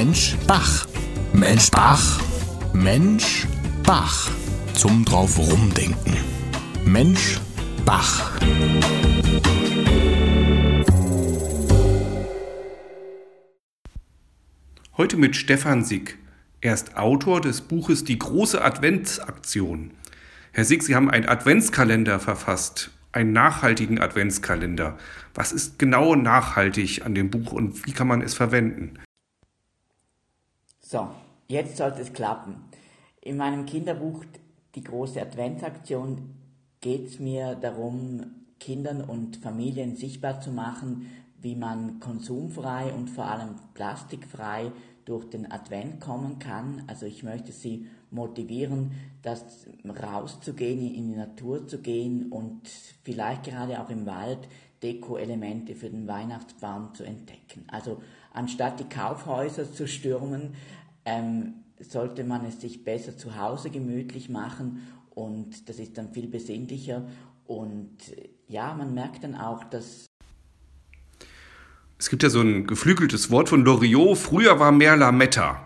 Mensch Bach. Mensch Bach. Mensch Bach. Zum drauf rumdenken. Mensch Bach. Heute mit Stefan Sick. Er ist Autor des Buches Die große Adventsaktion. Herr Sick, Sie haben einen Adventskalender verfasst, einen nachhaltigen Adventskalender. Was ist genau nachhaltig an dem Buch und wie kann man es verwenden? So, jetzt sollte es klappen. In meinem Kinderbuch Die große Adventsaktion geht es mir darum, Kindern und Familien sichtbar zu machen, wie man konsumfrei und vor allem plastikfrei durch den Advent kommen kann. Also ich möchte sie motivieren, das rauszugehen, in die Natur zu gehen und vielleicht gerade auch im Wald Deko-Elemente für den Weihnachtsbaum zu entdecken. Also anstatt die Kaufhäuser zu stürmen, sollte man es sich besser zu Hause gemütlich machen und das ist dann viel besinnlicher und ja, man merkt dann auch, dass es gibt ja so ein geflügeltes Wort von Loriot, früher war mehr Lametta.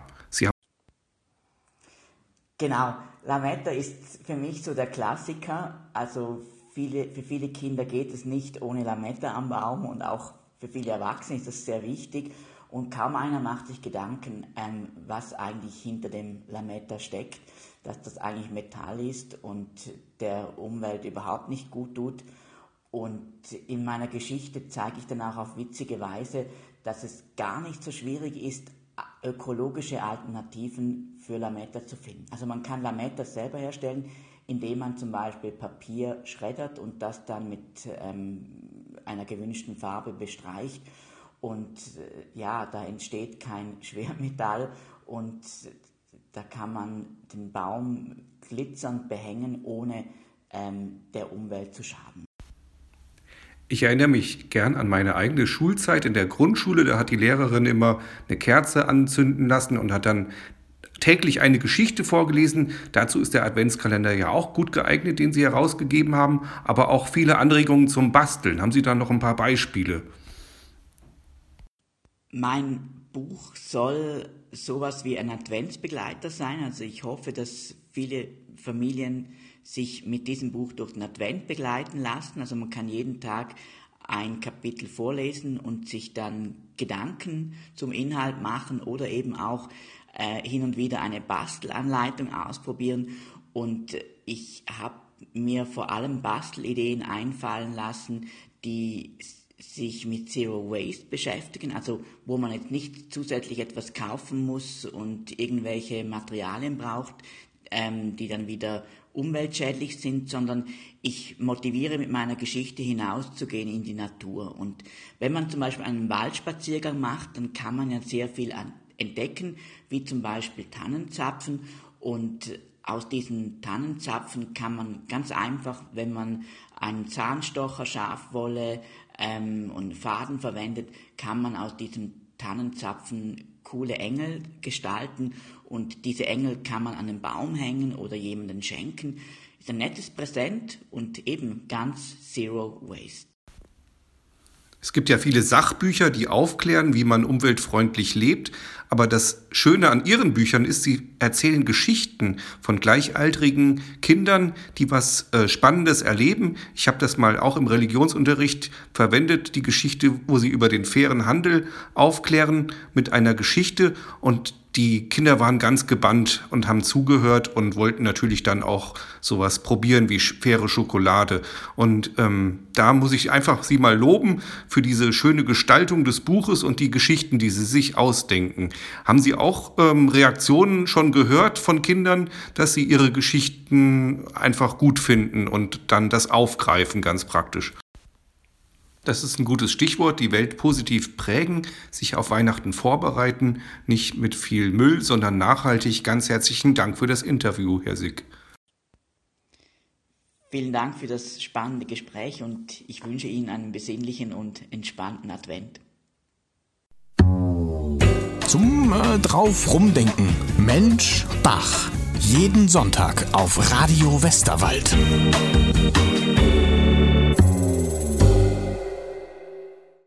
Genau, Lametta ist für mich so der Klassiker, also für viele Kinder geht es nicht ohne Lametta am Baum und auch für viele Erwachsene ist das sehr wichtig und kaum einer macht sich Gedanken, was eigentlich hinter dem Lametta steckt, dass das eigentlich Metall ist und der Umwelt überhaupt nicht gut tut. Und in meiner Geschichte zeige ich dann auch auf witzige Weise, dass es gar nicht so schwierig ist, ökologische Alternativen für Lametta zu finden. Also man kann Lametta selber herstellen, indem man zum Beispiel Papier schreddert und das dann mit einer gewünschten Farbe bestreicht. Und ja, da entsteht kein Schwermetall und da kann man den Baum glitzernd behängen, ohne der Umwelt zu schaden. Ich erinnere mich gern an meine eigene Schulzeit in der Grundschule. Da hat die Lehrerin immer eine Kerze anzünden lassen und hat dann täglich eine Geschichte vorgelesen. Dazu ist der Adventskalender ja auch gut geeignet, den Sie herausgegeben haben, aber auch viele Anregungen zum Basteln. Haben Sie da noch ein paar Beispiele? Mein Buch soll sowas wie ein Adventsbegleiter sein. Also ich hoffe, dass viele Familien sich mit diesem Buch durch den Advent begleiten lassen. Also man kann jeden Tag ein Kapitel vorlesen und sich dann Gedanken zum Inhalt machen oder eben auch hin und wieder eine Bastelanleitung ausprobieren. Und ich habe mir vor allem Bastelideen einfallen lassen, die sich mit Zero Waste beschäftigen, also wo man jetzt nicht zusätzlich etwas kaufen muss und irgendwelche Materialien braucht, die dann wieder umweltschädlich sind, sondern ich motiviere mit meiner Geschichte hinauszugehen in die Natur. Und wenn man zum Beispiel einen Waldspaziergang macht, dann kann man ja sehr viel entdecken, wie zum Beispiel Tannenzapfen. Und aus diesen Tannenzapfen kann man ganz einfach, wenn man einen Zahnstocher, Schafwolle und Faden verwendet, kann man aus diesem Tannenzapfen coole Engel gestalten und diese Engel kann man an den Baum hängen oder jemandem schenken. Ist ein nettes Präsent und eben ganz Zero Waste. Es gibt ja viele Sachbücher, die aufklären, wie man umweltfreundlich lebt. Aber das Schöne an Ihren Büchern ist, Sie erzählen Geschichten von gleichaltrigen Kindern, die was Spannendes erleben. Ich habe das mal auch im Religionsunterricht verwendet, die Geschichte, wo Sie über den fairen Handel aufklären mit einer Geschichte. Und die Kinder waren ganz gebannt und haben zugehört und wollten natürlich dann auch sowas probieren wie faire Schokolade. Und da muss ich einfach Sie mal loben für diese schöne Gestaltung des Buches und die Geschichten, die Sie sich ausdenken. Haben Sie auch Reaktionen schon gehört von Kindern, dass sie ihre Geschichten einfach gut finden und dann das aufgreifen, ganz praktisch? Das ist ein gutes Stichwort, die Welt positiv prägen, sich auf Weihnachten vorbereiten, nicht mit viel Müll, sondern nachhaltig. Ganz herzlichen Dank für das Interview, Herr Sick. Vielen Dank für das spannende Gespräch und ich wünsche Ihnen einen besinnlichen und entspannten Advent. Zum drauf rumdenken. Mensch Bach. Jeden Sonntag auf Radio Westerwald.